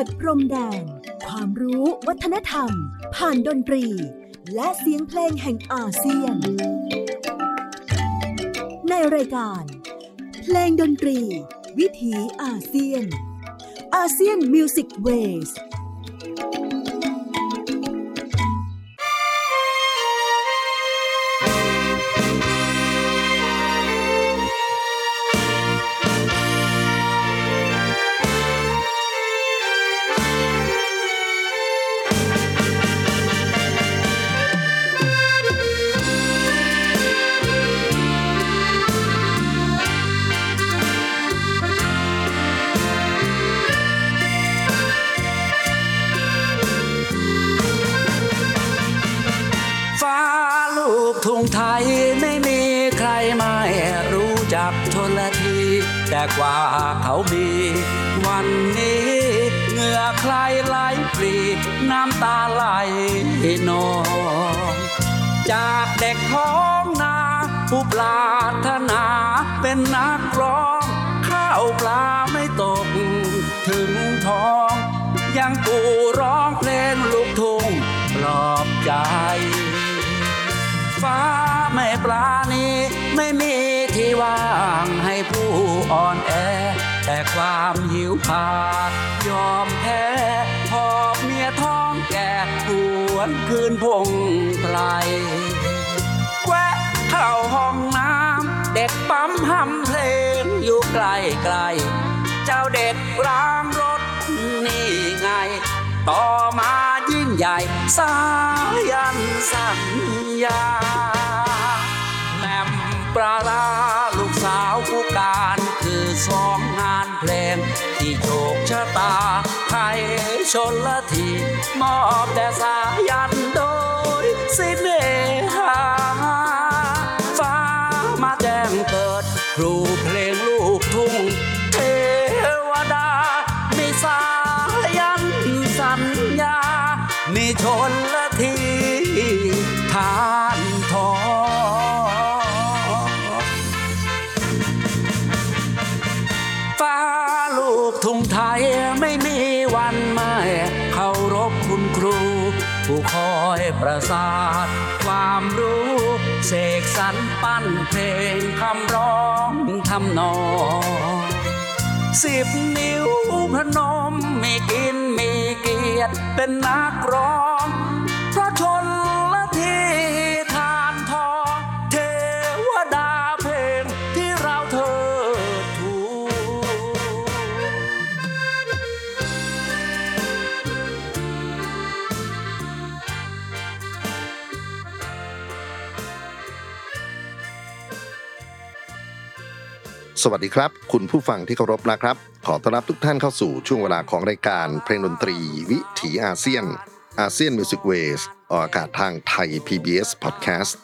ดพรมแดนความรู้วัฒนธรรมผ่านดนตรีและเสียงเพลงแห่งอาเซียนในรายการเพลงดนตรีวิถีอาเซียนอาเซียนมิวสิกเวสทุ่งไทยไม่มีใครไม่รู้จักชลทีแต่กว่าเขามีวันนี้เหงื่อใครไหลปรีน้ำตาไหลนองจากเด็กท้องนาผู้ปรารถนาเป็นนักร้องข้าวปลาไม่ตกถึงท้องยังกูร้องเพลงลูกทุ่งปลอบใจฟ้าไม่ปราณีไม่มีที่ว่างให้ผู้อ่อนแอแต่ความหิวขาดยอมแพ้หอบเมียท้องแก่หวนคืนพงไพรแวะเข้าห้องน้ำเด็กปั๊มหำเพลงอยู่ใกล้ๆเจ้าเด็กล้างรถนี่ไงต่อมายิ่งใหญ่สายันสัญญาแหม่มปลาร้าลูกสาวผู้การคือสองงานเพลงที่โชคชะตาให้ชนละทีมอบแต่สายันโดยสิ้นเนหาฟ้ามาแจ้งเกิดครูเพลงลูกทุ่งเทวดามีสายันสัญญามีชนละทีทานทองฟ้าลูกทุ่งไทยไม่มีวันไม่เคารพคุณครูผู้คอยประสาทความรู้เสกสรรปั้นเพลงคำร้องทำนอง10 นิ้วพนมมีกินมีเกียรติเป็นนักร้องเพราะชนละทีทานทองเทวดาเพลงที่เราเทิดทูสวัสดีครับคุณผู้ฟังที่เคารพนะครับขอต้อนรับทุกท่านเข้าสู่ช่วงเวลาของรายการเพลงดนตรีวิถีอาเซียนอาเซียนมิวสิกเวสออกอากาศทางไทย PBS Podcast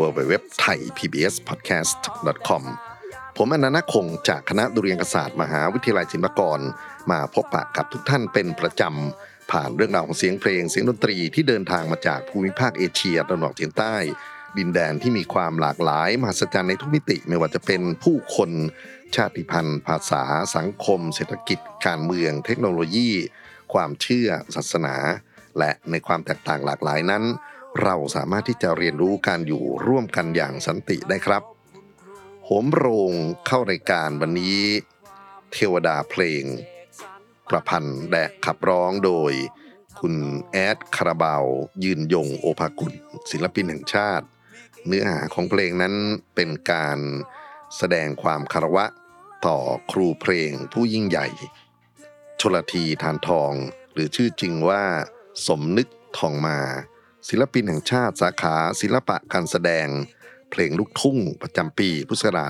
www.thaipbspodcast.com ผมอนันต์คงจากคณะดุริยางคศาสตร์มหาวิทยาลัยศิลปากรมาพบปะกับทุกท่านเป็นประจำผ่านเรื่องราวของเสียงเพลงเสียงดนตรีที่เดินทางมาจากภูมิภาคเอเชียตะวันออกเฉียงใต้ดินแดนที่มีความหลากหลายมหัศจรรย์ในทุกมิติไม่ว่าจะเป็นผู้คนชาติพันธุ์ภาษาสังคมเศรษฐกิจการเมืองเทคโนโลยีความเชื่อศาสนาและในความแตกต่างหลากหลายนั้นเราสามารถที่จะเรียนรู้การอยู่ร่วมกันอย่างสันติได้ครับโหมโรงเข้ารายการวันนี้เทวดาเพลงประพันธ์และขับร้องโดยคุณแอดคาราบาวยืนยงโอภากุลศิลปินแห่งชาติเนื้อหาของเพลงนั้นเป็นการแสดงความคารวะต่อครูเพลงผู้ยิ่งใหญ่ชลธีทานทองหรือชื่อจริงว่าสมนึกทองมาศิลปินแห่งชาติสาขาศิลปะการแสดงเพลงลูกทุ่งประจำปีพุทธศักราช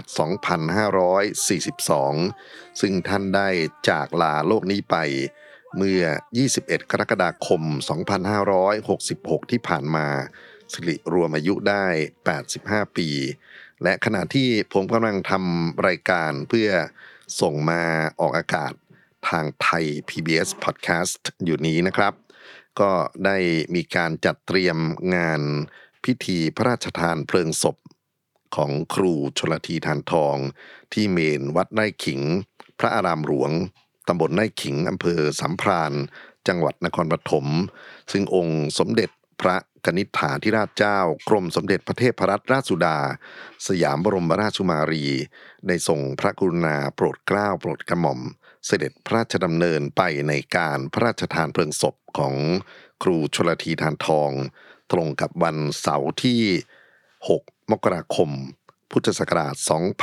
2542 ซึ่งท่านได้จากลาโลกนี้ไปเมื่อ 21 กรกฎาคม 2566 ที่ผ่านมาสิริรวมอายุได้ 85 ปีและขณะที่ผมกำลังทำรายการเพื่อส่งมาออกอากาศทางไทย PBS Podcast อยู่นี้นะครับก็ได้มีการจัดเตรียมงานพิธีพระราชทานเพลิงศพของครูชลธีทานทองที่เมนวัดไร่ขิงพระอารามหลวงตำบลไร่ขิงอำเภอสามพรานจังหวัดนครปฐมซึ่งองค์สมเด็จพระกนิษฐาธิราชเจ้ากรมสมเด็จพระเทพรัตนราชสุดาสยามบรมราชกุมารีได้ทรงพระกรุณาโปรดเกล้าโปรดกระหม่อมเสด็จพระราชดำเนินไปในการพระราชทานเพลิงศพของครูชลธี ธารทองตรงกับวันเสาร์ที่6 มกราคมพุทธศักราช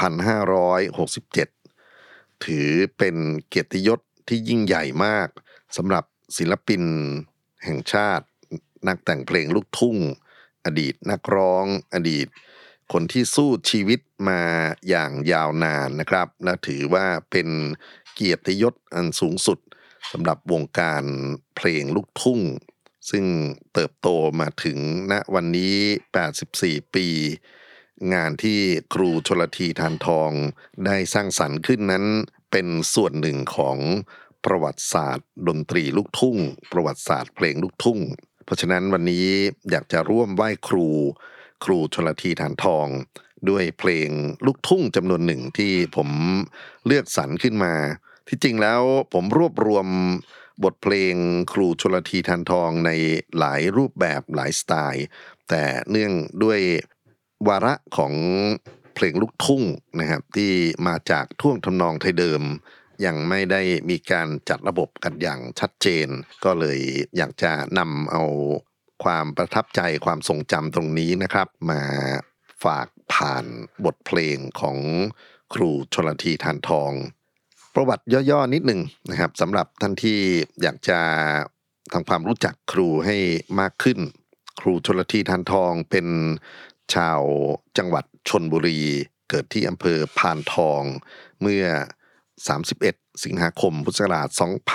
2567 ถือเป็นเกียรติยศที่ยิ่งใหญ่มากสำหรับศิลปินแห่งชาตินักแต่งเพลงลูกทุ่งอดีตนักร้องอดีตคนที่สู้ชีวิตมาอย่างยาวนานนะครับและถือว่าเป็นเกียรติยศอันสูงสุดสำหรับวงการเพลงลูกทุ่งซึ่งเติบโตมาถึงณวันนี้84 ปีงานที่ครูชลธี ธารทองได้สร้างสรรค์ขึ้นนั้นเป็นส่วนหนึ่งของประวัติศาสตร์ดนตรีลูกทุ่งประวัติศาสตร์เพลงลูกทุ่งเพราะฉะนั้นวันนี้อยากจะร่วมไหว้ครูชลธี ธารทองด้วยเพลงลูกทุ่งจำนวนหนึ่งที่ผมเลือกสรรขึ้นมาที่จริงแล้วผมรวบรวมบทเพลงครูชลธี ธารทองในหลายรูปแบบหลายสไตล์แต่เนื่องด้วยวาระของเพลงลูกทุ่งนะครับที่มาจากท่วงทำนองไทยเดิมยังไม่ได้มีการจัดระบบกันอย่างชัดเจนก็เลยอยากจะนำเอาความประทับใจความทรงจำตรงนี้นะครับมาฝากผ่านบทเพลงของครูชลธี ธารทองประวัติย่อๆนิดหนึ่งนะครับสำหรับท่านที่อยากจะทำความรู้จักครูให้มากขึ้นครูชลธี ธารทองเป็นชาวจังหวัดชลบุรีเกิดที่อำเภอพานทองเมื่อ31 สิงหาคมพุทธศักราช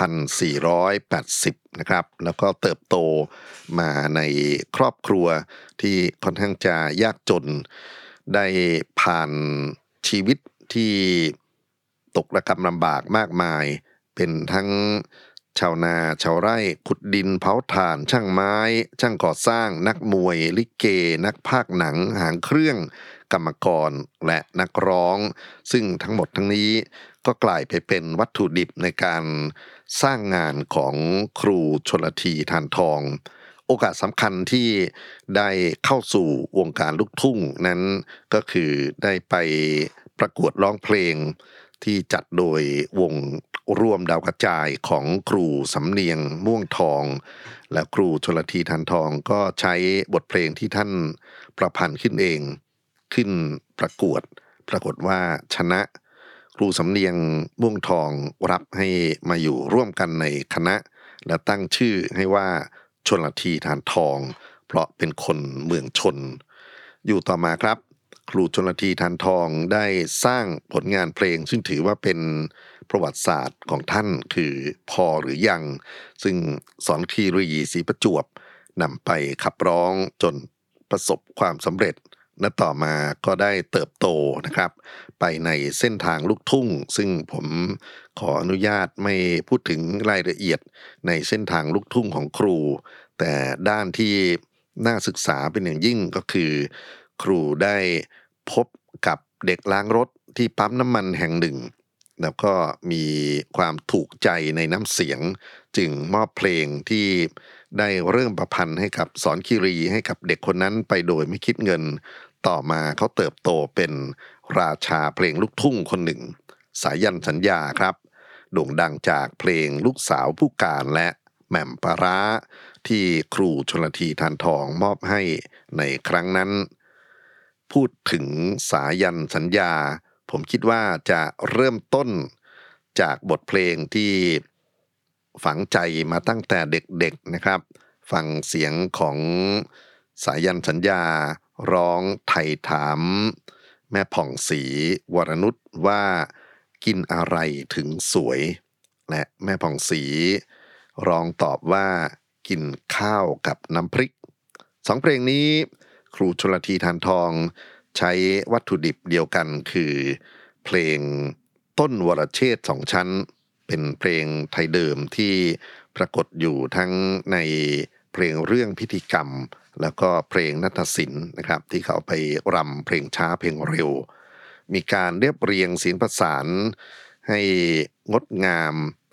2480 นะครับแล้วก็เติบโตมาในครอบครัวที่ค่อนข้างจะยากจนได้ผ่านชีวิตที่ตกระกำลำบากมากมายเป็นทั้งชาวนาชาวไร่ขุดดินเผาถ่านช่างไม้ช่างก่อสร้างนักมวยลิเกนักพากย์หนังหางเครื่องกรรมกรและนักร้องซึ่งทั้งหมดทั้งนี้ก็กลายไปเป็นวัตถุดิบในการสร้างงานของครูชลธี ธารทองโอกาสสำคัญที่ได้เข้าสู่วงการลูกทุ่งนั้นก็คือได้ไปประกวดร้องเพลงที่จัดโดยวงร่วมดาวกระจายของครูสำเนียงม่วงทองและครูชลธี ธารทองก็ใช้บทเพลงที่ท่านประพันธ์ขึ้นเองขึ้นประกวดปรากฏว่าชนะครูสำเนียงม่วงทองรับให้มาอยู่ร่วมกันในคณะและตั้งชื่อให้ว่าชลธี ธารทองเพราะเป็นคนเมืองชนอยู่ต่อมาครับครูชลธี ธารทองได้สร้างผลงานเพลงซึ่งถือว่าเป็นประวัติศาสตร์ของท่านคือพอหรือยังซึ่งสอนคีรีศรีประจวบนำไปขับร้องจนประสบความสำเร็จและต่อมาก็ได้เติบโตนะครับไปในเส้นทางลูกทุ่งซึ่งผมขออนุญาตไม่พูดถึงรายละเอียดในเส้นทางลูกทุ่งของครูแต่ด้านที่น่าศึกษาเป็นอย่างยิ่งก็คือครูได้พบกับเด็กล้างรถที่ปั๊มน้ำมันแห่งหนึ่งแล้วก็มีความถูกใจในน้ำเสียงจึงมอบเพลงที่ได้เริ่มประพันธ์ให้กับสอนคีรีให้กับเด็กคนนั้นไปโดยไม่คิดเงินต่อมาเขาเติบโตเป็นราชาเพลงลูกทุ่งคนหนึ่งสายันสัญญาครับโด่งดังจากเพลงลูกสาวผู้การและแหม่มปลาร้าที่ครูชลธี ธารทองมอบให้ในครั้งนั้นพูดถึงสายันสัญญาผมคิดว่าจะเริ่มต้นจากบทเพลงที่ฝังใจมาตั้งแต่เด็กๆนะครับฟังเสียงของสายันสัญญาร้องไถ่ถามแม่ผ่องศรีวรนุชว่ากินอะไรถึงสวยและแม่ผ่องศรีร้องตอบว่ากินข้าวกับน้ำพริกสองเพลงนี้ครูชลธี ธารทองใช้วัตถุดิบเดียวกันคือเพลงต้นวรเชษฐ์สองชั้นเป็นเพลงไทยเดิมที่ปรากฏอยู่ทั้งในเพลงเรื่องพิธีกรรมแล้วก็เพลงนาฏศิลป์นะครับที่เขาไปรำเพลงช้าเพลงเร็วมีการเรียบเรียงเสียงประสานให้งดงาม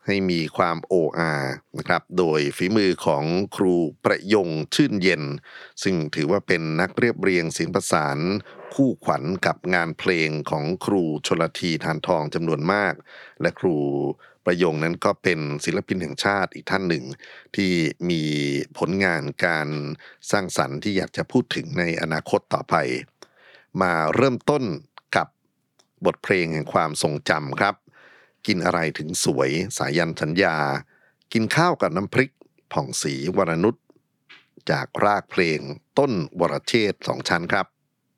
ให้มีความโอ้อานะครับโดยฝีมือของครูประยงชื่นเย็นซึ่งถือว่าเป็นนักเรียบเรียงเสียงประสานคู่ขวัญกับงานเพลงของครูชลธีทานทองจำนวนมากและครูประยงนั้นก็เป็นศิลปินแห่งชาติอีกท่านหนึ่งที่มีผลงานการสร้างสรรค์ที่อยากจะพูดถึงในอนาคตต่อไปมาเริ่มต้นกับบทเพลงแห่งความทรงจำครับกินอะไรถึงสวยสายันสัญญากินข้าวกับน้ำพริกผ่องศรีวรนุชจากรากเพลงต้นวรเชษฐ์สองชั้นครับ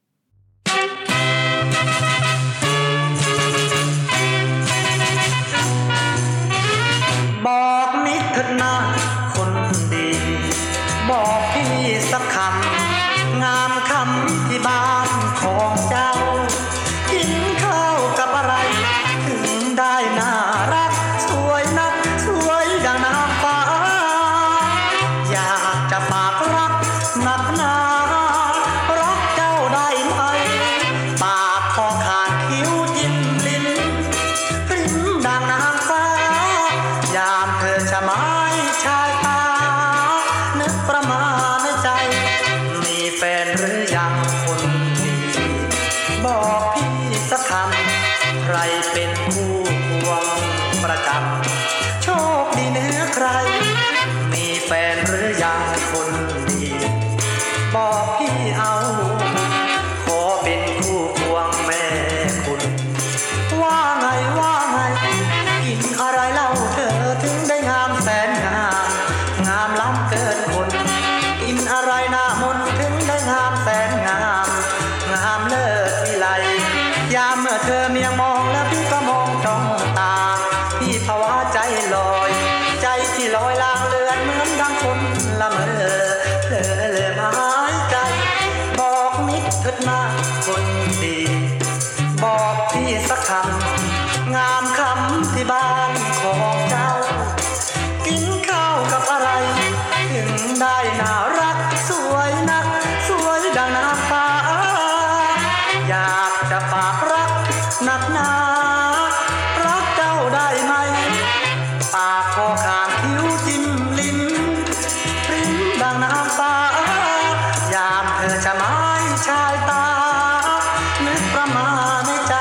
บอกนิดเถิดนะคนดีบอกพี่สักคำงามคำที่บ้านของเจ้ากินข้าวกับอะไรถึงได้น่ารักสวยนักสวยดังน้ำฟ้าอยากจะฝากรักหนักหนารักเจ้าได้ไหมปากคอขาดคิ้วจิ้มลิ้นปริ้มดังน้ำฟ้ายามเธอจะไม้ชายตานึกประมาณในใจมีแฟนหรือยังคนดีบอกพี่สักคำใครเป็นคู่ควงประจำโชคดีเหนือใครมีแฟนหรือยังคนดีบอกพี่เอาขอเป็นคู่ควงแม่คุณว่าไงว่าไงกินอะไรเล่าเธอถึงได้งามแสนงามงามล้ำเกินคนกินอะไรหน้ามนถึงได้งามแสนงามงามเลิศวิไลยามเมื่อเธอเมียงมองแล้วพี่ก็มองจ้องตาพี่ภาวะใจลอยใจที่ลอยลางเลือนเหมือนดังคนละเมอเผลอเลยหายใจบอกนิดเถิดนะคนดีบอกพี่สักคำงามคำที่บ้านของเจ้ากินข้าวกับอะไรถึงได้น่ารักสวยนักสวยดังน้ำฟ้าอยากจะฝากรักหนักหนารักเจ้าได้ไหมปากคอขาดคิ้วจิ้มลิ้นปริ้มดังน้ำฟ้ายามเธอจะไม้ชายตานึกประมาณในใจ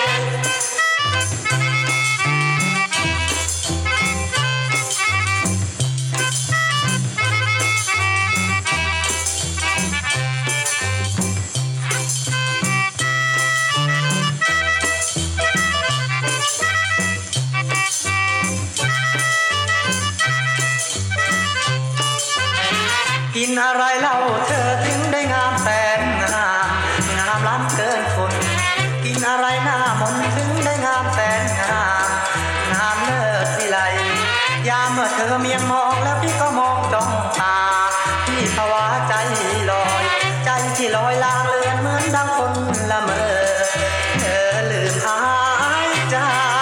กินอะไรเล่าเธอถึงได้งามแสนงามงามล้ำเกินคนกินอะไรหน้ามนถึงได้งามแสนงามงามเลิศวิไลยามเมื่อเธอเมียงมองแล้วพี่ก็มองจ้องตาพี่ภาวะใจลอยใจที่ลอยลางเลือนเหมือนดังคนละเมอเธอลืมหายใจ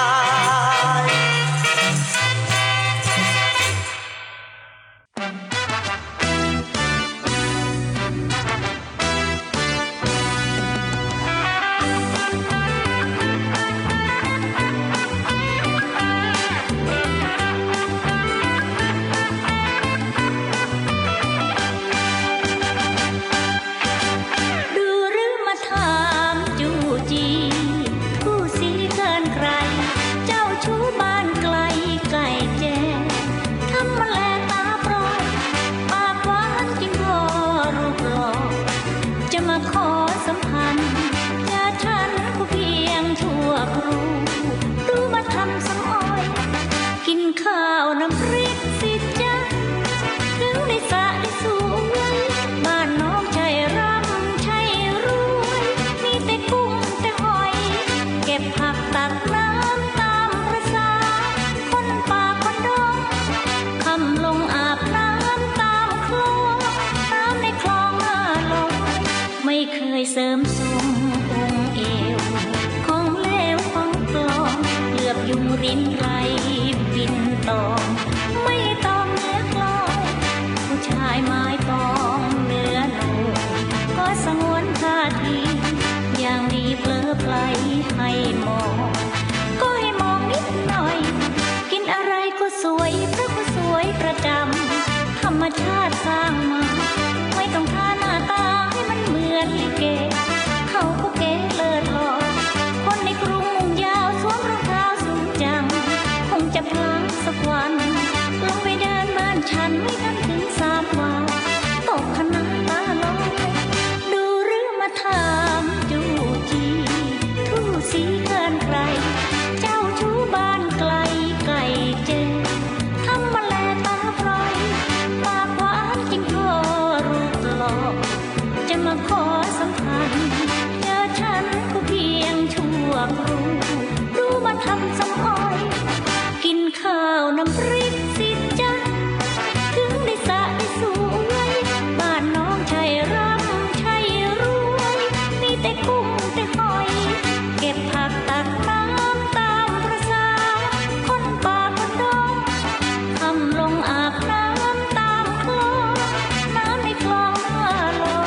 เสริมทรงองค์เอวของเลวของปลอมเหลือบยุงรินไรบินตอมไม่ตอมเนื้อกลอยผู้ชายไม้ปองเนื้อหนูก็สงวนท่าทีอย่างดีเผลอไพลให้มองก็ให้มองนิดหน่อยกินอะไรสวยพระก็สวยประจำธรรมชาติสร้างมาไม่ต้องทาหน้าตาให้มันเหมือนลิเกเขาก็เก๋เลิศหล่อคนในกรุงมุ่งยาวสวมรองเท้าสูงจังคงจะพลั้งสักวันลงไปเดินบ้านฉันไม่ทันถึง3 วันตกคณะตาลอยดูหรือมาถามจูจีทู่สีเกินใครเจ้าชู้บ้านไกลไก่เจทำมาแลตาพร้อยปากหวานจริงก็รูปหล่อจะมาขอสัมพันธ์เจอฉันก็เพียงชั่วครู่ดูมาทำสมอยกินข้าวน้ำพริกสิจ๊ะถึงได้สะได้สวยบ้านน้องใช่ร่ำใช่รวยมีแต่กุ้งแต่หอยเก็บผักตักน้ำตามประสาคนป่าคนดงทำลงอาบน้ำตามคลองน้ำในคลองน่าลอย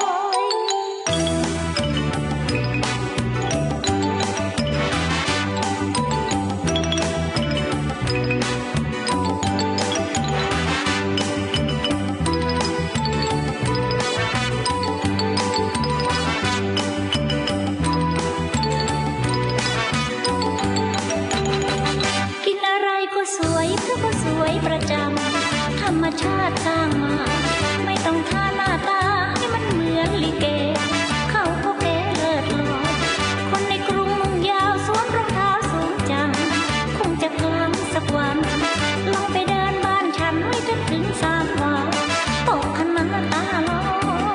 กินอะไรก็สวยเพราะก็สวยประจำธรรมชาติสร้างมาไม่ต้องทาหน้าตาให้มันเหมือนลิเกเขาก็เก๋เลิศหล่อคนในกรุงมุ่งยาวสวมรองเท้าสูงจังคงจะพลั้งสักวันลองไปเดินบ้านฉันไม่จนถึง3 วันตกคณะตาลอย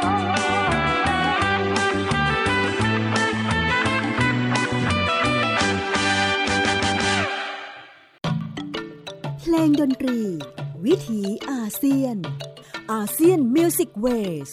เพลงดนตรี วิถีอาเซียนอาเซียนมิวสิกเวส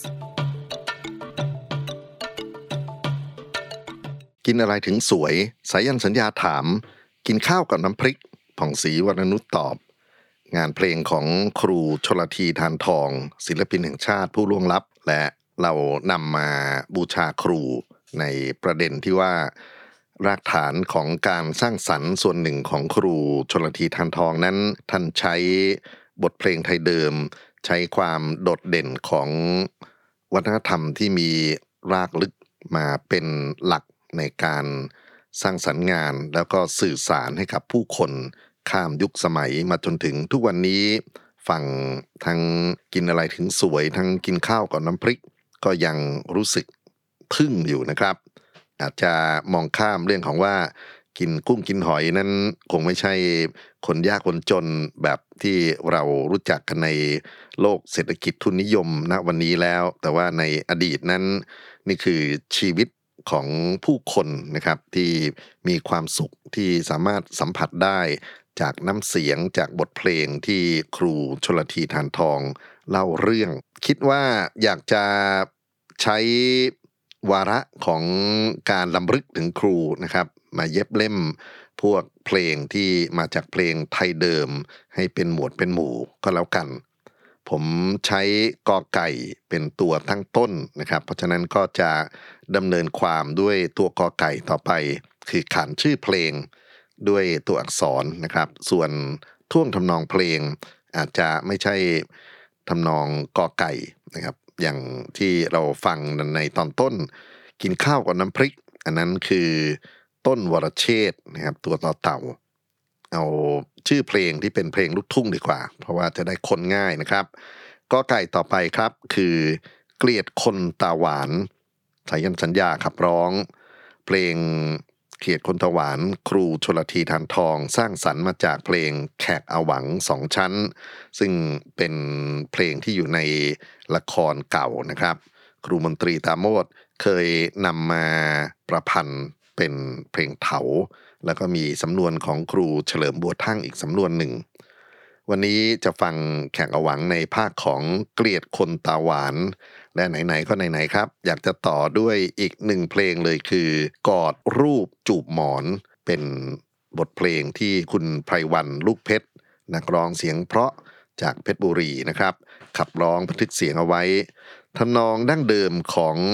กินอะไรถึงสวยสายันสัญญาถามกินข้าวกับน้ำพริกผ่องศรีวรรณนุชตอบ งานเพลงของครูชลธีทานทองศิลปินแห่งชาติผู้ล่วงลับและเรานำมาบูชาครูในประเด็นที่ว่ารากฐานของการสร้างสรรค์ส่วนหนึ่งของครูชลธีทานทองนั้นท่านใช้บทเพลงไทยเดิมใช้ความโดดเด่นของวัฒนธรรมที่มีรากลึกมาเป็นหลักในการสร้างสรรค์งานแล้วก็สื่อสารให้กับผู้คนข้ามยุคสมัยมาจนถึงทุกวันนี้ฟังทั้งกินอะไรถึงสวยทั้งกินข้าวกับน้ำพริกก็ยังรู้สึกทึ่งอยู่นะครับอาจจะมองข้ามเรื่องของว่ากินกุ้งกินหอยนั้นคงไม่ใช่คนยากคนจนแบบที่เรารู้จักกันในโลกเศรษฐกิจทุนนิยมณวันนี้แล้วแต่ว่าในอดีตนั้นนี่คือชีวิตของผู้คนนะครับที่มีความสุขที่สามารถสัมผัสได้จากน้ำเสียงจากบทเพลงที่ครูชลธีทานทองเล่าเรื่องคิดว่าอยากจะใช้วาระของการรำลึกถึงครูนะครับมาเย็บเล่มพวกเพลงที่มาจากเพลงไทยเดิมให้เป็นหมวดเป็นหมู่ก็แล้วกันผมใช้กอไก่เป็นตัวตั้งต้นนะครับเพราะฉะนั้นก็จะดำเนินความด้วยตัวกอไก่ต่อไปคือขานชื่อเพลงด้วยตัวอักษรนะครับส่วนท่วงทำนองเพลงอาจจะไม่ใช่ทำนองกอไก่นะครับอย่างที่เราฟังในตอนต้นกินข้าวกับน้ำพริกอันนั้นคือต้นวรเชษฐ์นะครับตัวต่อเต่าเอาชื่อเพลงที่เป็นเพลงลูกทุ่งดีกว่าเพราะว่าจะได้คนง่ายนะครับกอไก่ต่อไปครับคือเกลียดคนตาหวานสายันสัญญาขับร้องเพลงเกลียดคนตาหวานครูชลธีทานทองสร้างสรรค์มาจากเพลงแขกอาหวัง2 ชั้นซึ่งเป็นเพลงที่อยู่ในละครเก่านะครับครูมนตรีตาโมดเคยนำมาประพันธ์เป็นเพลงเถาแล้วก็มีสำนวนของครูเฉลิมบัวทั่งอีกสำนวนหนึ่งวันนี้จะฟังแขกอาหวังในภาคของเกลียดคนตาหวานและไหนๆก็ไหนๆครับอยากจะต่อด้วยอีก1เพลงเลยคือกอดรูปจูบหมอนเป็นบทเพลงที่คุณไพรวรรณลูกเพชรนักร้องเสียงเพราะจากเพชรบุรีนะครับขับร้องบันทึกเสียงเอาไว้ทำนองดั้งเดิมของ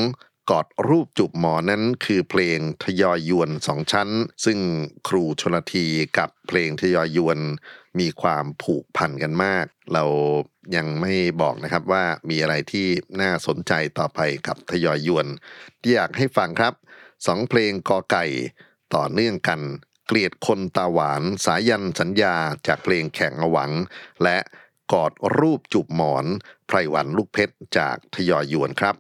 กอดรูปจูบหมอนนั้นคือเพลงทยอยยวนสองชั้นซึ่งครูชลธีกับเพลงทยอยยวนมีความผูกพันกันมากเรายังไม่บอกนะครับว่ามีอะไรที่น่าสนใจต่อไปกับทยอยยวนที่อยากให้ฟังครับ2เพลงกอไก่ต่อเนื่องกันเกลียดคนตาหวานสายันสัญญาจากเพลงแข่งหวังและกอดรูปจูบหมอนไพรวันลูกเพชรจากทยอยยวนครับ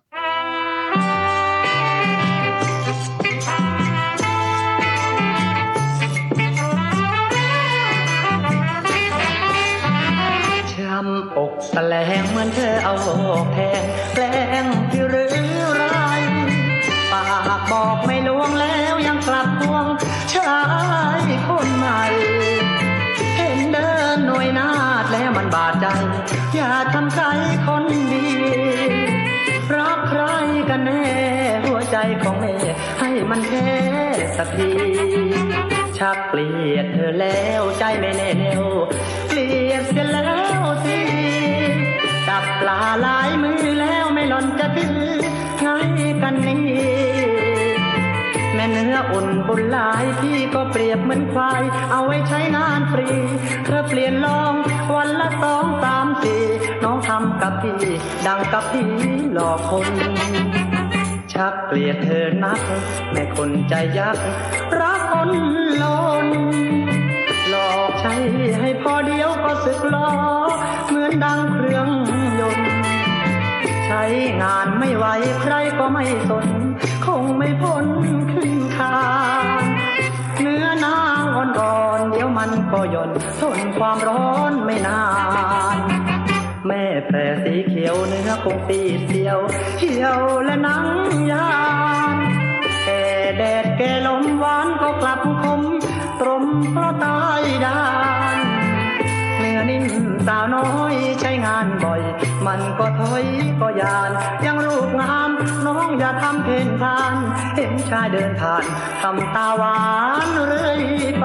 ช้ำอกแสลงเหมือนเธอเอาแพงแกล้งที่หรือไรปากบอกไม่ลวงแล้วยังกลับทวงชายคนใหม่เห็นเดินหน่วยนาดแล้วมันบาดใจอย่าทำใจคนดีรักใครกันแน่หัวใจของแม่ให้มันแท้สักทีชักเกลียดเธอแล้วใจไม่แน่แน่วเกลียดเสียแล้วสิจับปลาหลายมือแล้วไม่หล่นจะถือไงกันนี่แม่เนื้ออุ่นบุญหลายที่ก็เปรียบเหมือนควายเอาไว้ใช้งานฟรีเธอเปลี่ยนลองวันละ2, 3, 4น้องทำกับพี่ดังกับพี่หลอกคนชักเกลียดเธอนักแม่คนใจยักษ์รักคนลนหลอกใช้ให้พอเดียวก็สึกล้อเหมือนดังเครื่องยนต์ใช้งานไม่ไหวใครก็ไม่สนคงไม่พ้นขึ้นคานเนื้อนางอ่อนๆเดี๋ยวมันก็หย่อนทนความร้อนไม่นานแม่แพรสีเขียวเนื้อคงตีเสียวเหี่ยวและหนังยานแก่แดดแก่ลมหวานก็กลับคมตรมเพราะตายด้านเนื้อนิ่มสาวน้อยใช้งานบ่อยมันก็ถอยก็ยานยังรูปงามน้องอย่าทำเพ่นพ่านเห็นชายเดินผ่านทำตาหวานเรื่อยไป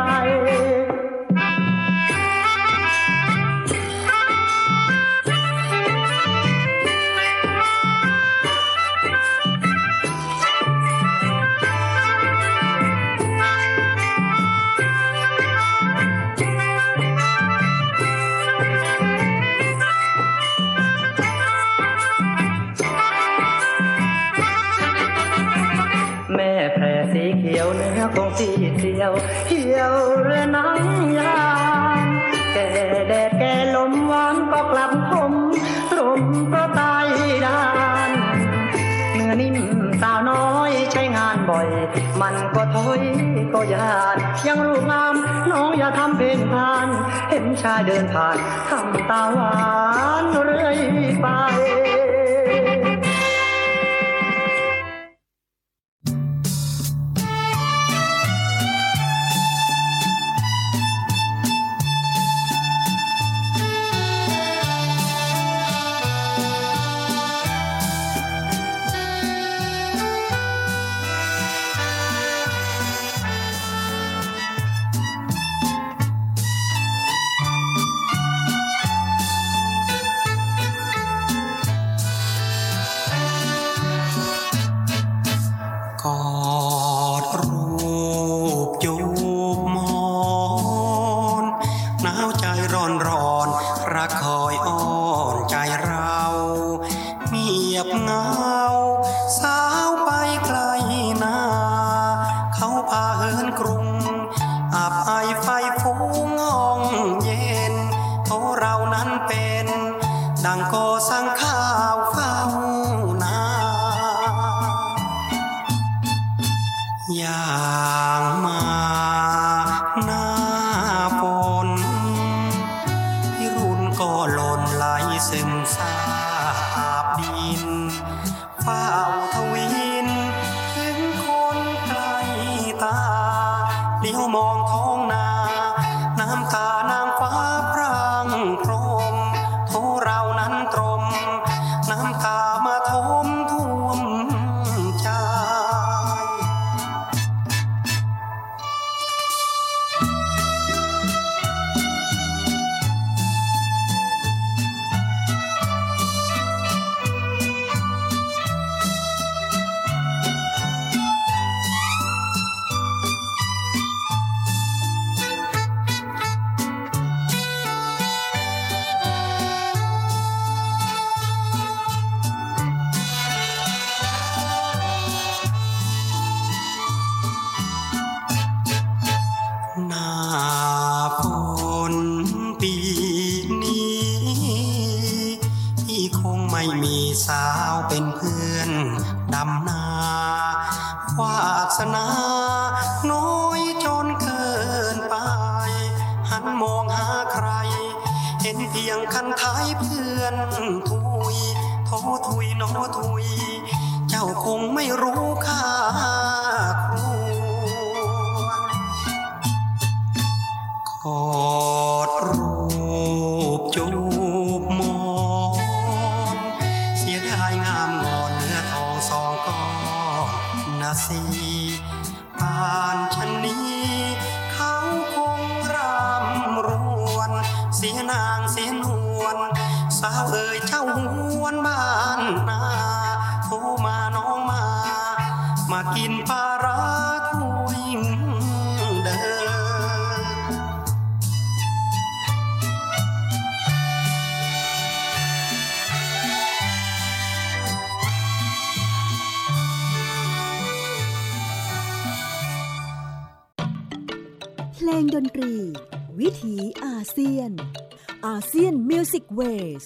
แม่แพรสีเขียวเนื้อคงสีเขียวเหี่ยวเรือหนังยานแก่แดดแก่ลมหวานก็กลับคมตรมก็ตายด้านเนื้อนิ่มสาวน้อยใช้งานบ่อยมันก็ถอยก็ยานยังรูปงามน้องอย่าทำเป็นผ่านเห็นชายเดินผ่านทำตาหวานเรื่อยไปอย่างมาหน้าฝนพิรุณก็หล่นไหลซึมซาบดินเฝ้าทวินถึงคนไกลตาเลี้ยวมองท้องนาน้ำตานางฟ้าพรางพรมโทเรานั้นตรมน้ำตามาทมท่วมใจเป็นเพื่อนดำนาวาสนาน้อยจนเกินไปหันมองหาใครเห็นเพียงคันท้ายเพื่อนทุยโททุยโนทุยเจ้าคงไม่รู้ค่าควรกอดรูปจูบมอนเสียดายงามงอนเนื้อทองสองก้อนนาสีป่านฉันนี้เขาคงรำรวนเสียนางเสียนวลสาวเอ่ยเจ้าหวนบ้านนาโทรมาน้องมากินปลาร้าคุยเดินเพลงดนตรีวิถีอาเซียนอาเซียนมิวสิกเวส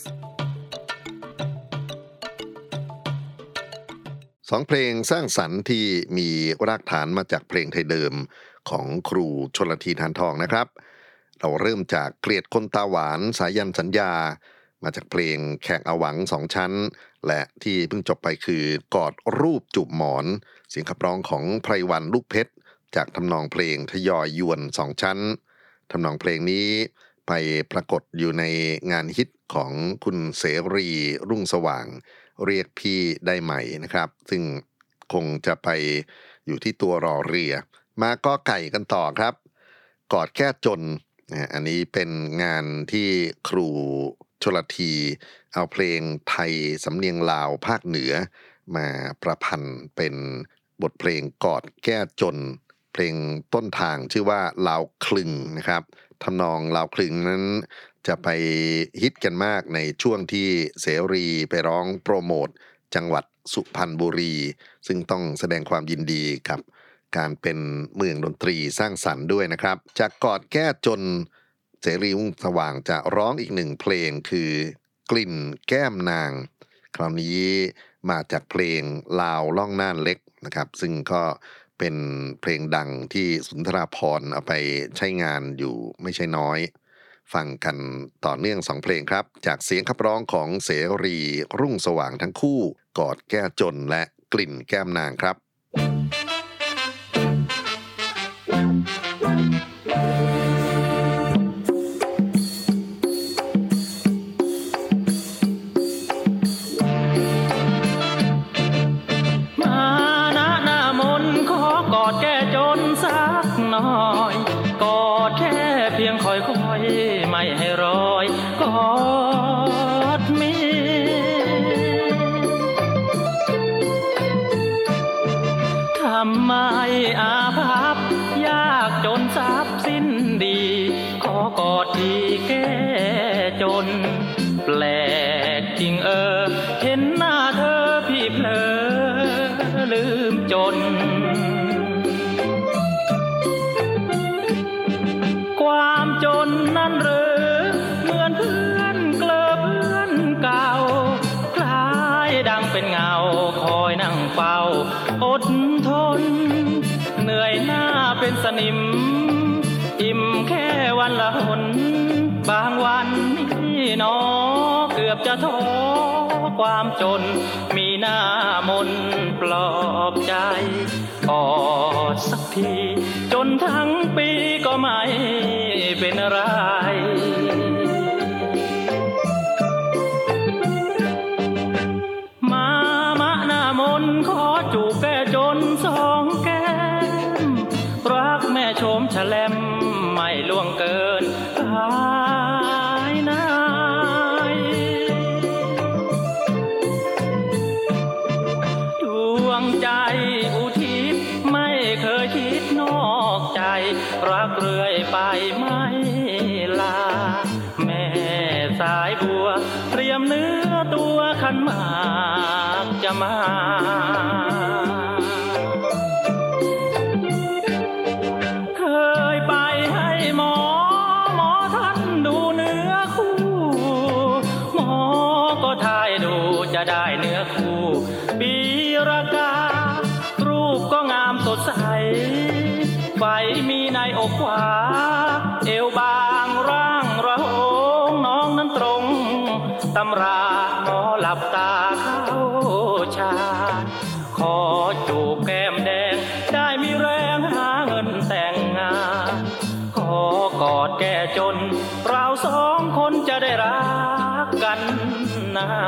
สองเพลงสร้างสรรค์ที่มีรากฐานมาจากเพลงไทยเดิมของครูชลธี ทานทองนะครับเราเริ่มจากเกลียดคนตาหวานสายันสัญญามาจากเพลงแขกอาหวัง2ชั้นและที่เพิ่งจบไปคือกอดรูปจูบหมอนเสียงขับร้องของไพรวรรณลูกเพชรจากทำนองเพลงทยอยยวน2ชั้นทำนองเพลงนี้ไปปรากฏอยู่ในงานฮิตของคุณเสรีรุ่งสว่างเรียกพี่ได้ไหมนะครับซึ่งคงจะไปอยู่ที่ตัวรอเรือมาก็ไก่กันต่อครับกอดแก้จนอันนี้เป็นงานที่ครูชลธีเอาเพลงไทยสำเนียงลาวภาคเหนือมาประพันธ์เป็นบทเพลงกอดแก้จนเพลงต้นทางชื่อว่าลาวคลึงนะครับทำนองลาวคลึงนั้นจะไปฮิตกันมากในช่วงที่เสรีไปร้องโปรโมทจังหวัดสุพรรณบุรีซึ่งต้องแสดงความยินดีกับการเป็นเมืองดนตรีสร้างสรรค์ด้วยนะครับจากกอดแก้จนเสรีรุ่งสว่างจะร้องอีกหนึ่งเพลงคือกลิ่นแก้มนางคราวนี้มาจากเพลงลาวล่องน่านเล็กนะครับซึ่งก็เป็นเพลงดังที่สุนทราภรณ์เอาไปใช้งานอยู่ไม่ใช่น้อยฟังกันต่อเนื่อง2เพลงครับจากเสียงขับร้องของเสรีรุ่งสว่างทั้งคู่กอดแก้จนและกลิ่นแก้มนางครับสนิมอิ่มแค่วันละหนบางวันนี่หนอเกือบจะท้อความจนมีหน้ามนปลอบใจกอดสักทีจนทั้งปีก็ไม่เป็นไรมหน้ามนขอจูบแก้จนสองแก้มรักแม่ชมฉลมไม่ล่วงเกินภายในดวงใจอุทิศไม่เคยคิดนอกใจรักเรื่อยไปไม่ลาแม่สายบัวเตรียมเนื้อตัวขันหมากจะมาจะได้เนื้อคู่อกขวาเอวบางร่างระหงน้องนั้นตรงตำราหมอหลับตาเข้าชาขอจูบแก้มแดงได้มีแรงหาเงินแต่งงานขอกอดแก้จนเราสองคนจะได้รักกันนาน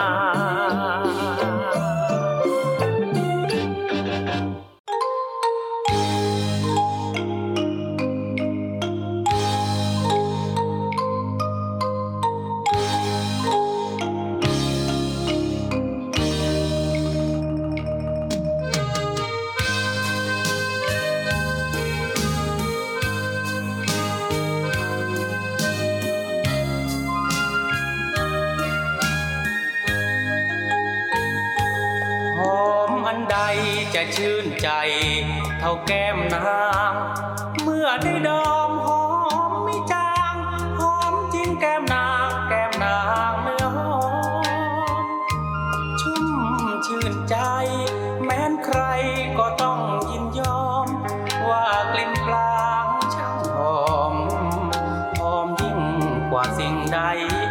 จะชื่นใจเท่าแก้มนางเมื่อได้ดมหอมไม่จางหอมจริงแก้มนางเนื้อหอมชุ่มชื่นใจแม้นใครก็ต้องยินยอมว่ากลิ่นปลางช่างหอมยิ่งกว่าสิ่งใด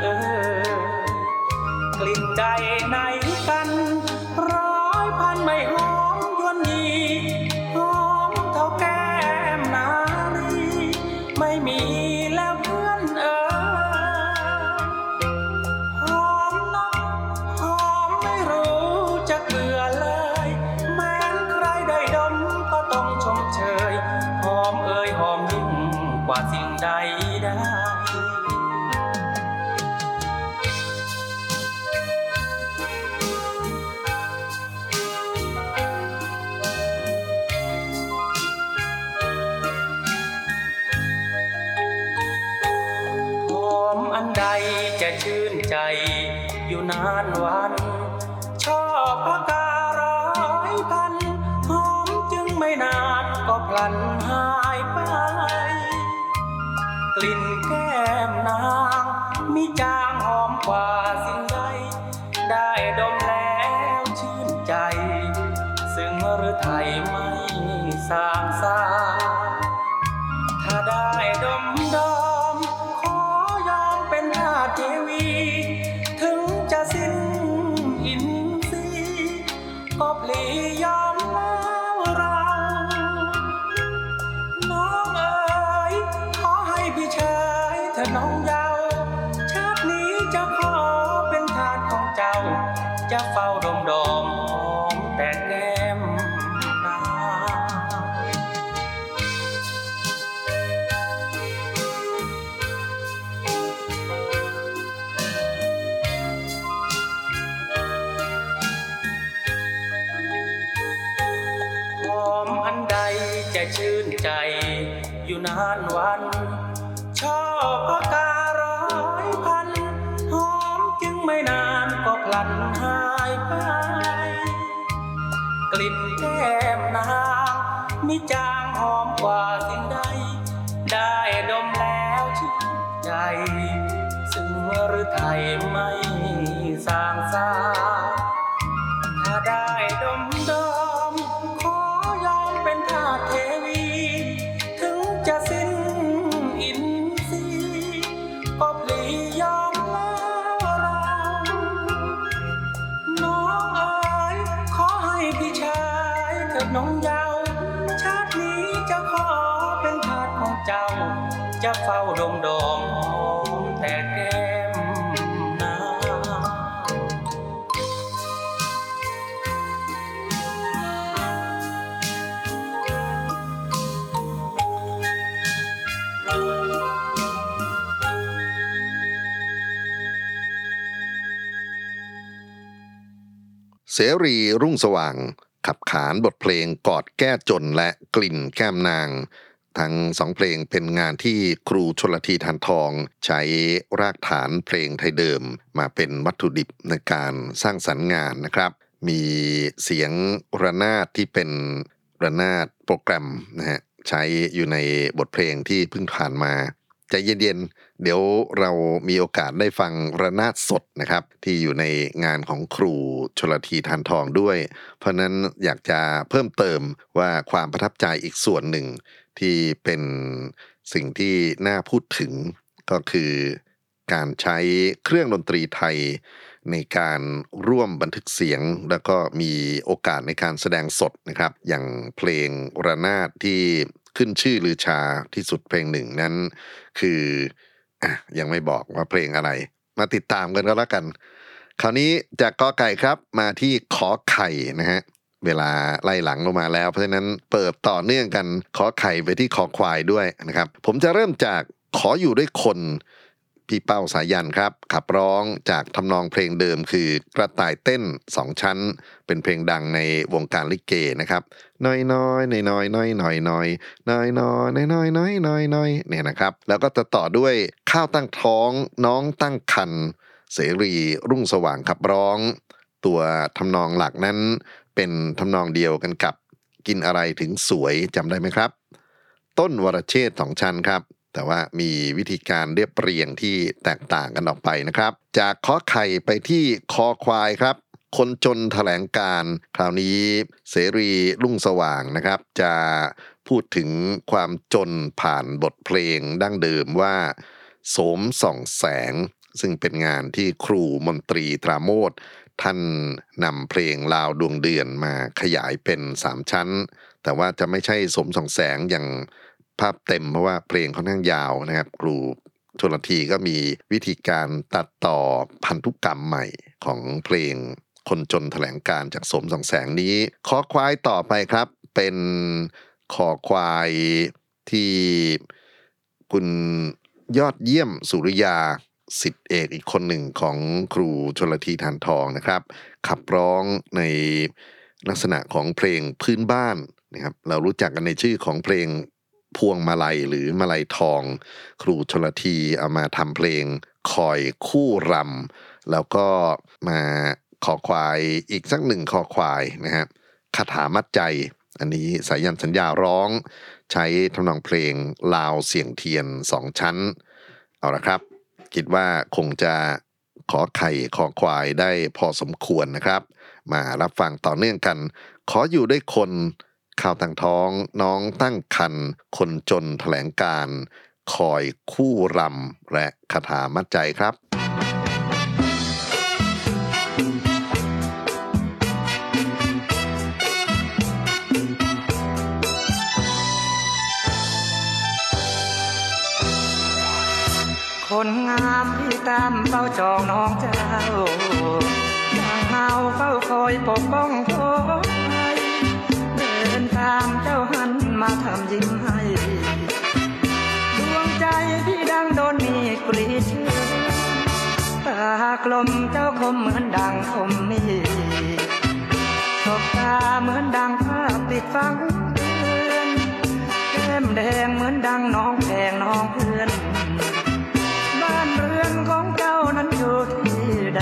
กลิ่นใดไหนกันร้อยพันไม่หอมหอมเท่าแก้มนารีไม่มีแล้วเพื่อนหอมนักหอมไม่รู้จะเบื่อเลยแม้นใครได้ดมก็ต้องชมเชยหอมหอมยิ่งกว่าสิ่งใดได้อันใดจะชื่นใจอยู่นานวันชอบพระการ้อยพันหอมจึงไม่นานก็พลันหายไปกลิ่นแก้มนางมีจางหอมกว่าสิ่งใดได้ดมแล้วชื่นใจซึ่งฤทัยไม่สางสาถ้าได้ดมเทวีถึงจะสิ้นอินทรีย์ก็พลียอมแล้วเราน้องเอ๋ยขอให้พี่ชายเธอน้องเยาว์ชาตินี้จะขอเป็นทาสของเจ้าจะเฝ้าดมหอมแต่แก้มนางจะชื่นใจอยู่นานวันชอบพระการ้อยพันหอมจึงไม่นานก็พลันหายไปกลิ่นแก้มนางมีจางหอมกว่าสิ่งใดได้ดมแล้วชื่นใจซึ่งฤทัยไม่สางสาถ้าได้ดมขอยอมเป็นทาสเทวีถึงจะสิ้นอินทรีย์ก็พลียอมแล้วเราน้องเอ๋ยขอให้พี่ชายเถิดน้องเยาว์ชาตินี้จะขอเป็นทาสของเจ้าจะเฝ้าดมหอมแต่แก้มนางเสรีรุ่งสว่างขับขานบทเพลงกอดแก้จนและกลิ่นแก้มนางทั้งสองเพลงเป็นงานที่ครูชลธี ทานทองใช้รากฐานเพลงไทยเดิมมาเป็นวัตถุดิบในการสร้างสรรค์งานนะครับมีเสียงระนาดที่เป็นระนาดโปรแกรมนะฮะใช้อยู่ในบทเพลงที่เพิ่งผ่านมาใจเย็นๆเดี๋ยวเรามีโอกาสได้ฟังระนาดสดนะครับที่อยู่ในงานของครูชลธี ทานทองด้วยเพราะนั้นอยากจะเพิ่มเติมว่าความประทับใจอีกส่วนหนึ่งที่เป็นสิ่งที่น่าพูดถึงก็คือการใช้เครื่องดนตรีไทยในการร่วมบันทึกเสียงแล้วก็มีโอกาสในการแสดงสดนะครับอย่างเพลงระนาดที่ขึ้นชื่อลือชาที่สุดเพลงหนึ่งนั้นคือยังไม่บอกว่าเพลงอะไรมาติดตามกันก็แล้วกันคราวนี้จากกอไก่ครับมาที่ขอไข่นะฮะเวลาไล่หลังลงมาแล้วเพราะฉะนั้นเปิดต่อเนื่องกันขอไข่ไปที่ขอควายด้วยนะครับผมจะเริ่มจากขออยู่ด้วยคนพี่เป้าสายันครับขับร้องจากทำนองเพลงเดิมคือกระต่ายเต้น2ชั้นเป็นเพลงดังในวงการลิเกนะครับน้อยน้อยน้อยน้อยน้อยน้อยน้อยน้อยน้อยน้อยน้อยน้อยน้อยเนี่ยนะครับแล้วก็จะต่อด้วยข้าวตั้งท้องน้องตั้งครรภ์เสรีรุ่งสว่างขับร้องตัวทำนองหลักนั้นเป็นทำนองเดียวกันกับกินอะไรถึงสวยจำได้ไหมครับต้นวรเชษฐ์2ชั้นครับแต่ว่ามีวิธีการเรียบเรียงที่แตกต่างกันออกไปนะครับจากขอไข่ไปที่คอควายครับคนจนแถลงการคราวนี้เสรีรุ่งสว่างนะครับจะพูดถึงความจนผ่านบทเพลงดั้งเดิมว่าโสมส่องแสงซึ่งเป็นงานที่ครูมนตรีตราโมทท่านนำเพลงลาวดวงเดือนมาขยายเป็น3ชั้นแต่ว่าจะไม่ใช่โสมส่องแสงอย่างภาพเต็มเพราะว่าเพลงค่อนข้างยาวนะครับครูชลธีก็มีวิธีการตัดต่อพันธุกรรมใหม่ของเพลงคนจนแถลงการจากโสมส่องแสงนี้ขอควายต่อไปครับเป็นขอควายที่คุณยอดเยี่ยมสุริยาศิษย์เอกอีกคนหนึ่งของครูชลธี ทานทองนะครับขับร้องในลักษณะของเพลงพื้นบ้านนะครับเรารู้จักกันในชื่อของเพลงพวงมาลัยหรือมาลัยทองครูชลธีเอามาทำเพลงคอยคู่รำแล้วก็มาขอควายอีกสักหนึ่งขอควายนะฮะคาถามัดใจอันนี้สายันสัญญาร้องใช้ทำนองเพลงลาวเสียงเทียน2ชั้นเอาละครับคิดว่าคงจะขอไข่ขอควายได้พอสมควรนะครับมารับฟังต่อเนื่องกันขออยู่ด้วยคนข้าวตั้งท้องน้องตั้งครรภ์คนจนแถลงการคอยคู่รำและคาถามัดใจครับคนงามที่ตามเฝ้าจองน้องเจ้าอย่างเฮาเฝ้าคอยปกป้องคอยเดินตามเจ้าหันมาทำยิ้มให้ดวงใจพี่ดังโดนมีกรีดตากลมเจ้าคมเหมือนดังคมมีสบตาเหมือนดังภาพติดฟังเตือนแก้มแดงเหมือนดังน้องแพงน้องเพื่อนบ้านเรือนของเจ้านั้นอยู่ที่ใด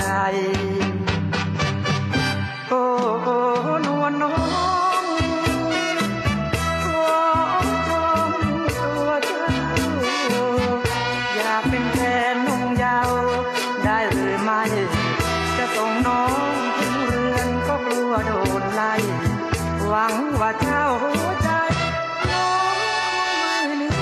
โอ้โอ้นวลน้องขอจองตัวเจ้าอยากเป็นแฟนนุ่งยาวได้หรือไม่จะส่งน้องถึงเรือนก็กลัวโดนไล่หวังว่าเจ้าหัวใจน้องไม่มี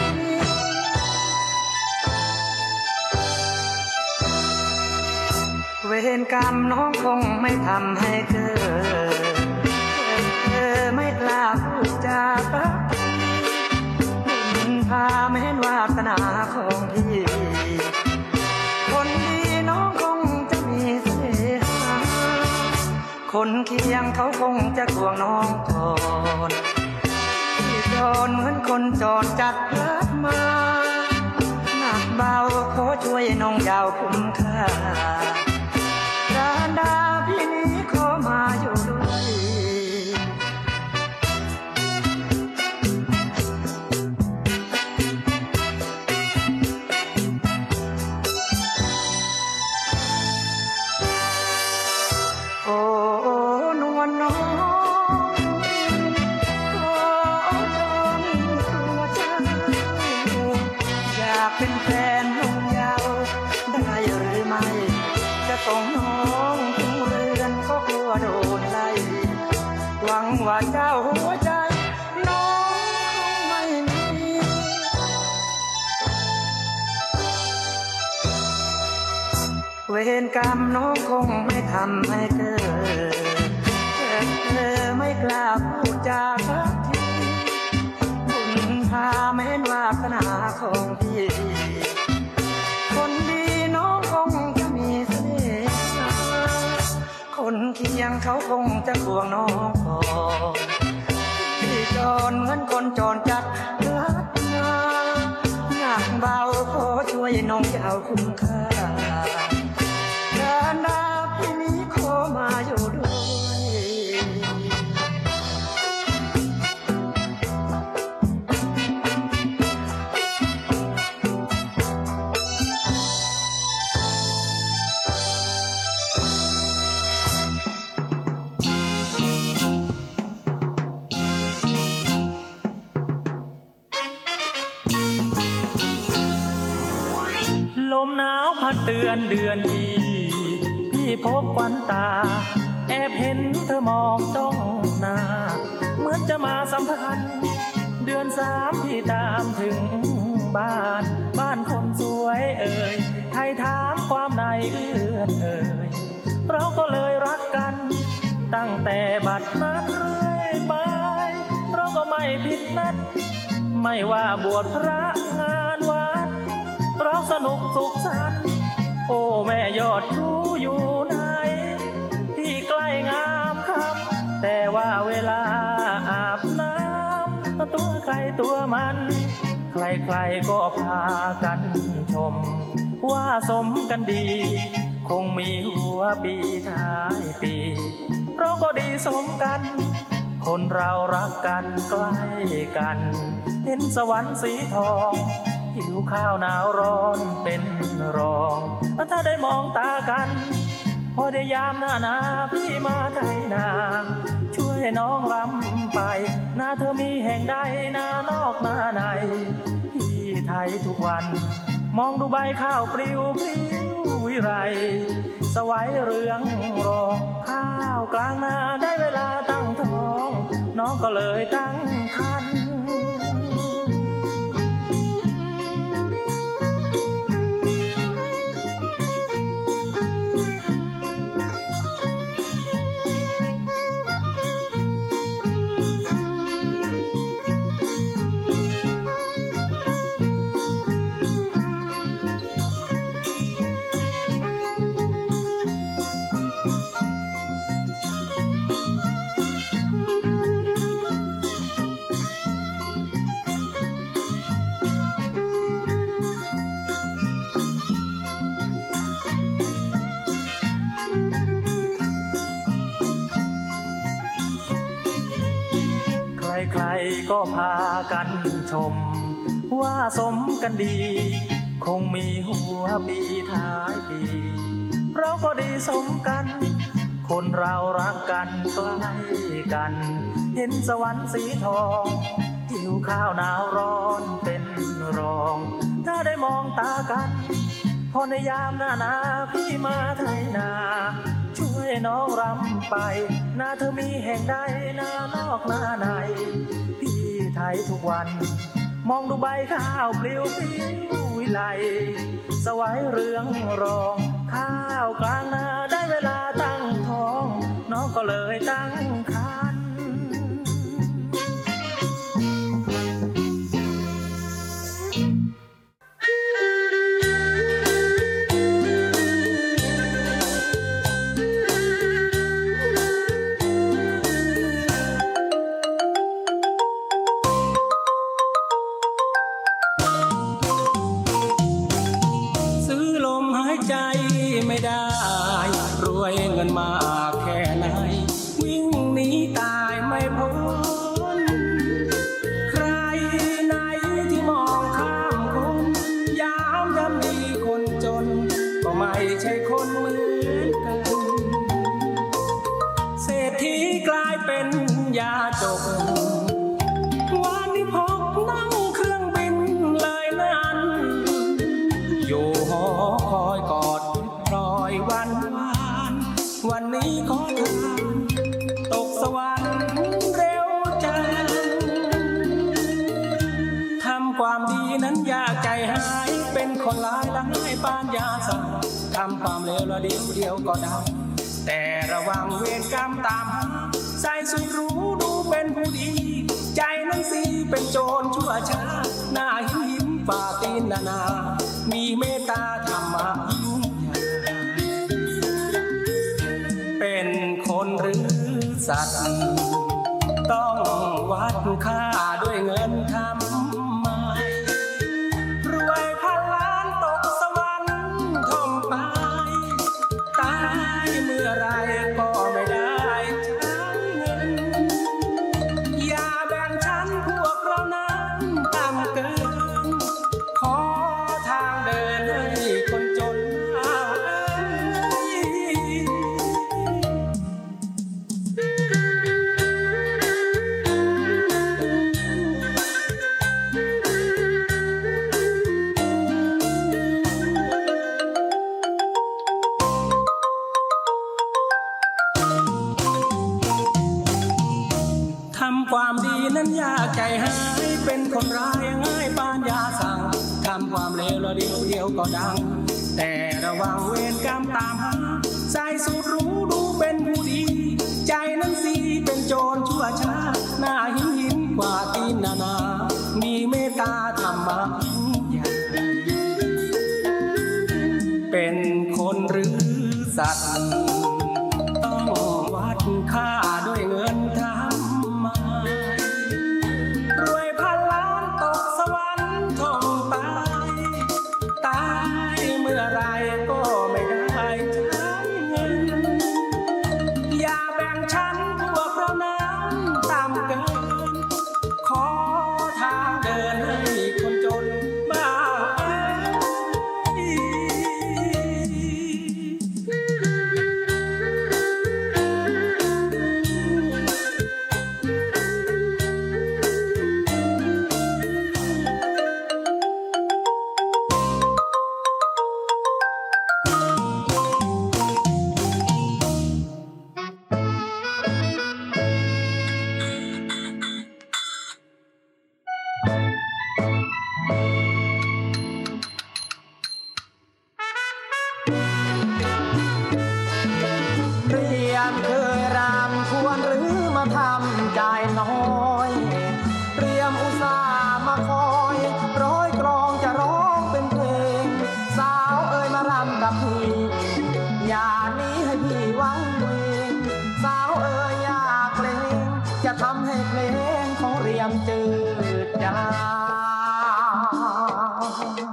เวรกรรมน้องคงไม่ทำให้เกิดไม่กล้าพูดจารักบุญพาแม้นวาสนาของพี่คนดีน้องคงจะมีเสียคนเคียงเขาคงจะห่วงน้องก่อนที่จรเหมือนคนจรจัดรับมาหนักเบาขอช่วยน้องยาวคุ้มค่าการดาพี่นี้ขอมาอยู่ด้วยโอ้นวลน้องขอจองตัวเจ้าอยากเป็นแฟนนุ่งยาวได้หรือไม่จะส่งน้องถึงเรือนก็กลัวโดนไล่หวังว่าเจ้าหัวใจน้องคงไม่มีเวรกรรมน้องคงไม่ทำให้เกิดไม่กล้าพูดจาสักทีบุญพาแม้นวาสนาของพี่คนดีน้องคงจะมีเสน่ห์คนเคียงเขาคงจะห่วงน้องพอพี่จรเหมือนคนจรจัดรัดมาหนักเบาขอช่วยน้องเจ้าคุ้มค่าการดาพี่นี้ขอมาอยู่ด้วยลมหนาวพัดเตือนเดือนที่พี่พบควันตาแอบเห็นเธอมองจ้องหน้าเหมือนจะมาสัมพันธ์เดือน3พี่ตามถึงบ้านคนสวยเอ่ยไทยถามความในเอื้อนเอ่ยเราก็เลยรักกันตั้งแต่บัดนั้นเรื่อยไปเราก็ไม่ผิดนัดไม่ว่าบวชพระงานวัดเราสนุกสุขสันต์โอ้แม่ยอดรู้อยู่ไหนที่ใกล้งามคำแต่ว่าเวลาอาบน้ำตัวใครตัวมันใครๆก็พากันชมว่าสมกันดีคงมีหัวปีท้ายปีเราก็ดีสมกันคนเรารักกันใกล้กันเห็นสวรรค์สีทองหิวข้าวหนาวร้อนเป็นรองถ้าได้มองตากันพอได้ยามหน้าพี่มาไถนาช่วยน้องรำไปหน้าเธอมีแห่งใดหน้านอกหน้าในพี่ไทยทุกวันมองดูใบข้าวปลิววิไรสวยเรืองรองข้าวกลางนาได้เวลาตั้งท้องน้องก็เลยตั้งครรภ์ใครๆก็พากันชมว่าสมกันดีคงมีหัวปีท้ายปีเราก็ดีสมกันคนเรารักกันใกล้กันเห็นสวรรค์สีทองหิวข้าวหนาวร้อนเป็นรองถ้าได้มองตากันพอในยามหน้าพี่มาไถนาช่วยน้องรำไปหน้าเธอมีแห่งใดหน้านอกหน้าในพี่ไทยทุกวันมองดูใบข้าวปลิววิไลสวยเรืองรองข้าวกลางนาได้เวลาตั้งท้องน้องก็เลยตั้งครรภ์ความดีนั้นอยากใจหายเป็นคนหลายปานยาสั่งทำความเลวแล้วเดียวก็ได้แต่ระวังเวรกรรมตามหาใส่สุดรู้ดูเป็นผู้ดีใจนั้นสิเป็นโจรชั่วช้าหน้าหินฝ่าตีนนามีเมตตาธรรมะยิ่งใหญ่เป็นคนหรือสัตว์ต้องวัดค่าด้วยเงินทำไมรวยพันล้านตกสวรรค์ท่องไปตายเมื่อไรก็ไม่ได้ใช้เงินอย่าแบ่งชั้นพวกเรานั้นต่ำเกินขอทางเดินให้คนจนความดีนั้นยากใจหายเป็นคนร้ายง่ายปานยาสั่งทำความเลวแล้วเดียวก็ดังแต่ระวังเวรกรรมตามหาใส่สูตรรู้ดูเป็นผู้ดีใจนั้นสิเป็นโจรชั่วช้าหน้าหินกว่าตีนนามีเมตตาธรรมะยิ่งใหญ่เป็นคนหรือสัตว์ต้องวัดค่าด้วยเงินทำก็ไม่ได้ใช้เงินอย่าแบ่งชั้นพวกเรานั้นต่ำเกินขอทางเดินให้คนจนบ้างใจน้อยเตรียมอุตส่าห์มาคอยร้อยกลองจะร้องเป็นเพลงสาวเอ่ยมารำกับพี่อย่านี้ให้พี่วังเวงสาวเอ่ยอย่าเกรงจะทำให้เพลงของเรียมจืดจาง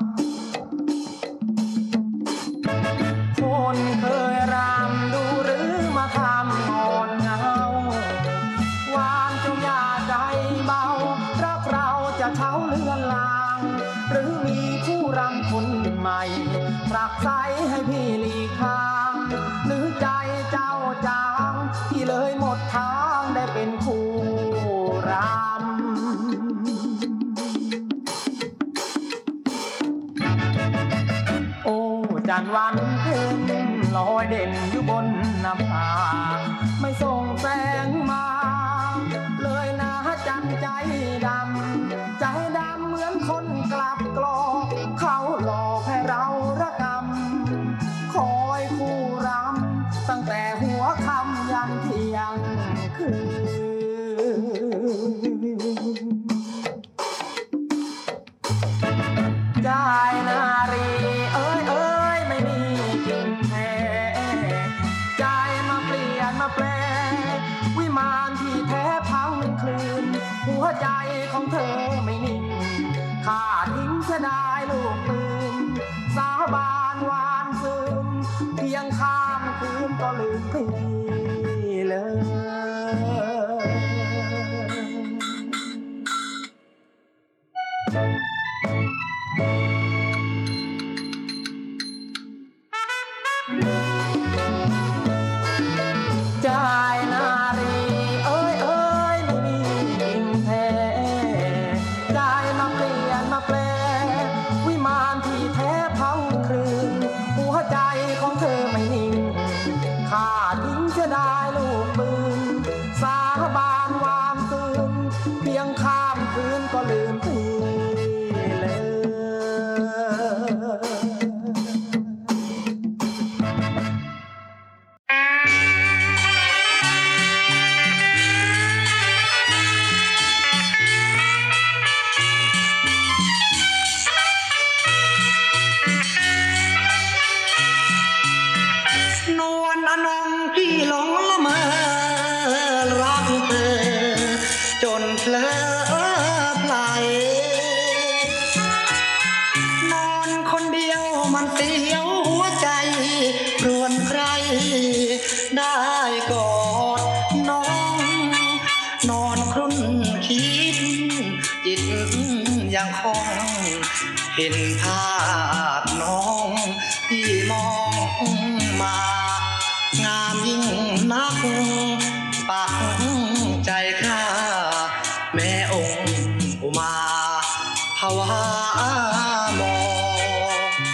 คนเคยรำดูหรือมาทำอ่อนเงาวานจงอย่าใจเบารักเราจะเช้าเลือนลางหรือมีผู้รำคนใหม่ปรักไสให้พี่หลีกทางหรือใจเจ้าจางที่เลยหมดทางได้เป็นคู่รำโอ้จันทร์วันเพ็ญลอยเด่นอยู่บนหน้าผาไม่ส่งแสงมาเลยนะจันใจดำใจดำเหมือนคนกลับกลอกเขาหลอกให้เราระกำคอยคู่รำตั้งแต่หัวค่ำยันเที่ยงคืนใจนารีเอ้ยเอ้ยไม่มีจริงแท้ใจมาเปลี่ยนมาแปลวิมานที่แท้พังคลืนหัวใจของเธอไม่นิ่งข้าทิ้งเสียดายลูกปืนสาบานหวานซึ้งเพียงข้ามคืนก็ลืมพี่เลยใจนารีเอ้ยเอ้ยไม่มีจริงแท้ใจมาเปลี่ยนมาแปลวิมานที่แท้พังคลืนหัวใจของเธอไม่นิ่งข้าทิ้งเสียดายลูกปืนสาบานวานซึ้งเพียงข้ามคืนก็ลืมพี่เลยนวลอนงพี่หลงละเมอรักเธอจนเพลอไพลนอนคนเดียวมันเสียวหัวใจรวนใครได้กอดน้องนอนครุ่นคิดจิตยังคงเห็นภาพน้องที่มองมางามยิ่งนักปักใจข้าแม่องค์อุมาภาวามอง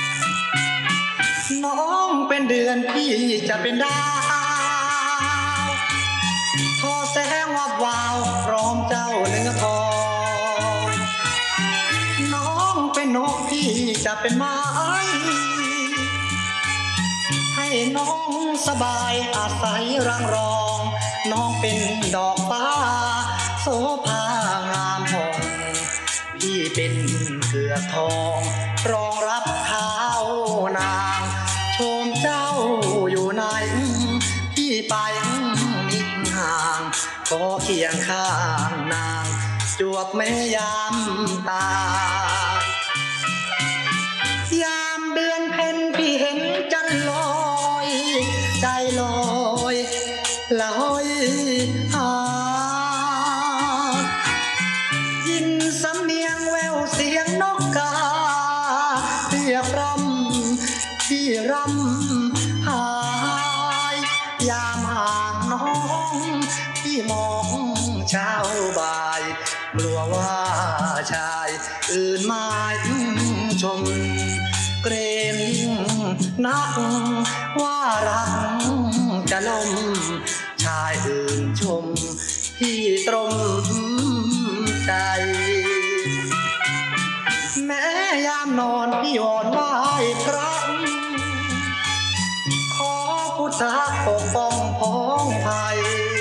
น้องเป็นเดือนพี่จะเป็นดาวทอแสงวับวาวพร้อมเจ้าเนื้อทองน้องเป็นนกพี่จะเป็นไม้ให้น้องสบายอาศัยรังรองน้องเป็นดอกฟ้าโสภางามผ่องพี่เป็นเกลือทองรองรับข้าวนางชมเจ้าอยู่ไหนพี่ไปนิดห่างก็เคียงข้างนางจวบแม่ยามตายามเดือนเพ็ญพี่เห็นจันลอยใจลอยลอยหายินสำเนียงแววเสียงนกกาเรียกรำพี่รำหายยามห่างน้องพี่มองเช้าบ่ายกลัวว่าชายอื่นมาชมเกรงนักว่ารักจะล้มชายอื่นชมพี่ตรมใจแม้ยามนอนพี่วอนไหว้พระขอพุทธะปกป้องพ้องไทย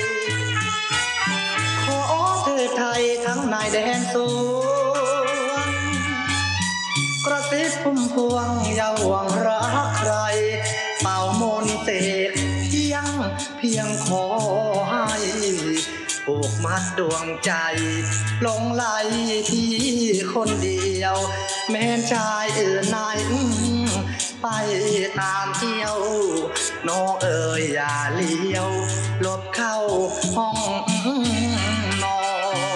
ขอเทพไทยทั้งนายแดนสวนกระซิบพุ่มพวงอย่าห่วงรักใครเป่ามนต์เสกเพียงขอให้ผูกมัดดวงใจหลงไหลที่คนเดียวแม้ชายอื่นไหนไปตามเที่ยวน้องเอ๋ยอย่าเลี้ยวหลบเข้าห้องนอน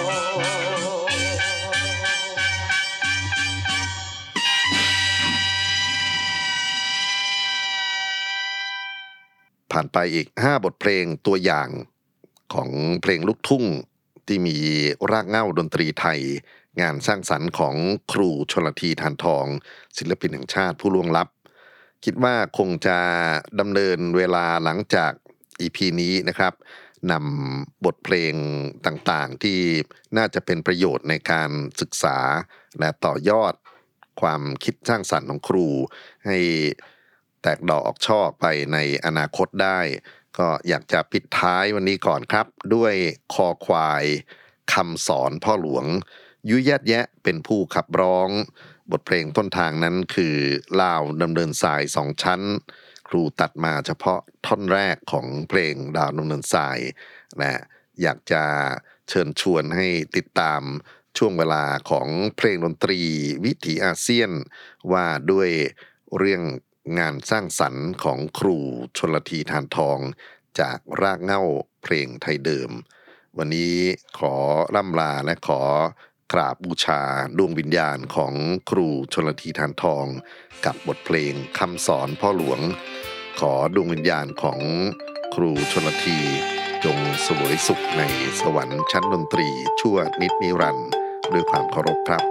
ผ่านไปอีก5บทเพลงตัวอย่างของเพลงลูกทุ่งที่มีรากเหง้าดนตรีไทยงานสร้างสรรค์ของครูชลธี ธารทองศิลปินแห่งชาติผู้ล่วงลับคิดว่าคงจะดำเนินเวลาหลังจาก EP นี้นะครับนำบทเพลงต่างๆที่น่าจะเป็นประโยชน์ในการศึกษาและต่อยอดความคิดสร้างสรรค์ของครูให้แตกดอกออกช่อไปในอนาคตได้ก็อยากจะปิดท้ายวันนี้ก่อนครับด้วยคอควายคำสอนพ่อหลวงยุยแยดแยะเป็นผู้ขับร้องบทเพลงต้นทางนั้นคือลาวดำเนินสาย2ชั้นครูตัดมาเฉพาะท่อนแรกของเพลงดาวดำเนินสายและอยากจะเชิญชวนให้ติดตามช่วงเวลาของเพลงดนตรีวิถีอาเซียนว่าด้วยเรื่องงานสร้างสรรค์ของครูชลธี ธารทองจากรากเหง้าเพลงไทยเดิมวันนี้ขอร่ำลาและขอกราบบูชาดวงวิญญาณของครูชลธี ธารทองกับบทเพลงคำสอนพ่อหลวงขอดวงวิญญาณของครูชลธีจงเสวยสุขในสวรรค์ชั้นดนตรีชั่วนิจนิรันดร์ด้วยความเคารพครับ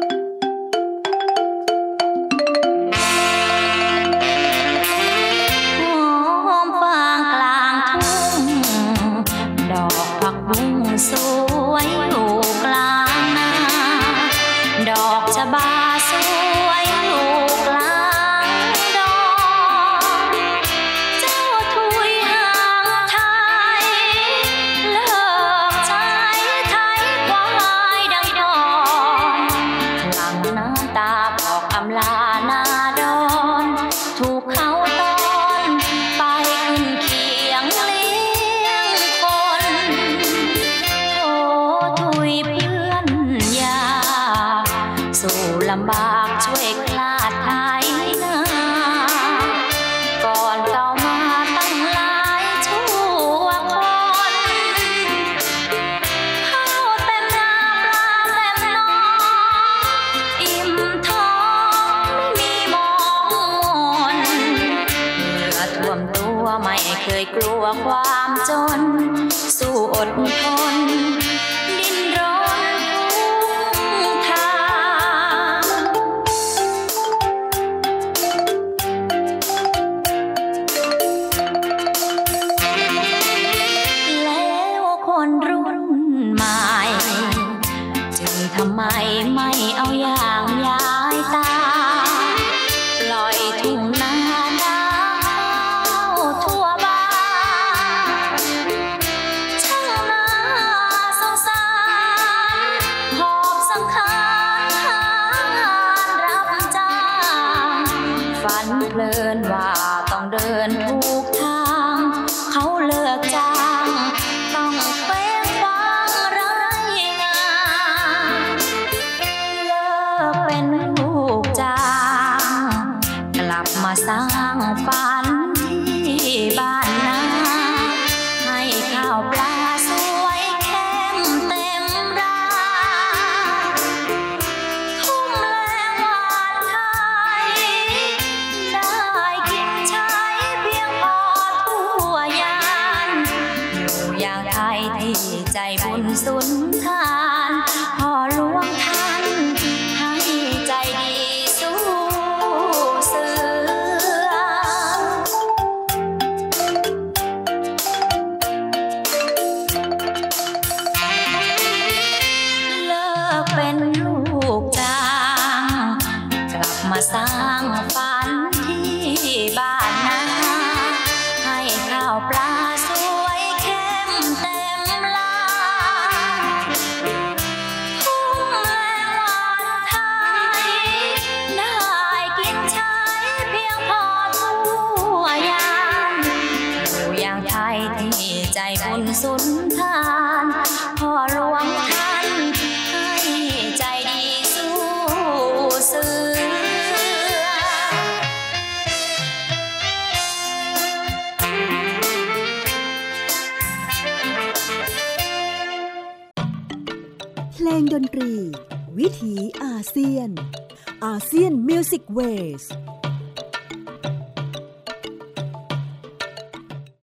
สวยอยู่กลางนาดอกชบาสวยอยู่กลางดอกเจ้าถุยหางไทยเลิกใช้ไทยควายดังดอนวมตัวไม่เคยกลัวความจนสู้อดทนดิ้นรนทุกทางแล้วคนรุ่นใหม่จึงทำไมไม่เอาอย่างยายตาปล่อยทุ่งนาดาวทั่วบ้านช่างน่าสงสารหอบสังขารหารรับจ้างฝันเพลินว่าต้องเดินถูกทางเขาเลิกจ้างต้องเฟ้งฟังไร้งานเลิกเป็นลูกจ้างกลับมาสร้างฝันที่บ้านนาให้ข้าวปลาสวยแข็งเต็มร้านทุ่งแลหวานไทยได้กินใช้เพียงพอทั่วยานอยู่อย่างไทยที่ใจบุญสุนทานพ่อหลวงท่านให้ใจดีสู้เสือเลิกเป็นลูกจ้างกลับมาสร้างฝันที่บ้านนาให้ข้าวปลาสวยเข้มเต็มลานทุ่งแลหวานไทยได้กินใช้เพียงพอทั่วยามอยู่อย่างไทยที่ใจบุญสุนทานพ่อหลวงท่านให้ใจดีสู้เสือเพลงดนตรีวิถีอาเซียนอาเซียนมิวสิกเวส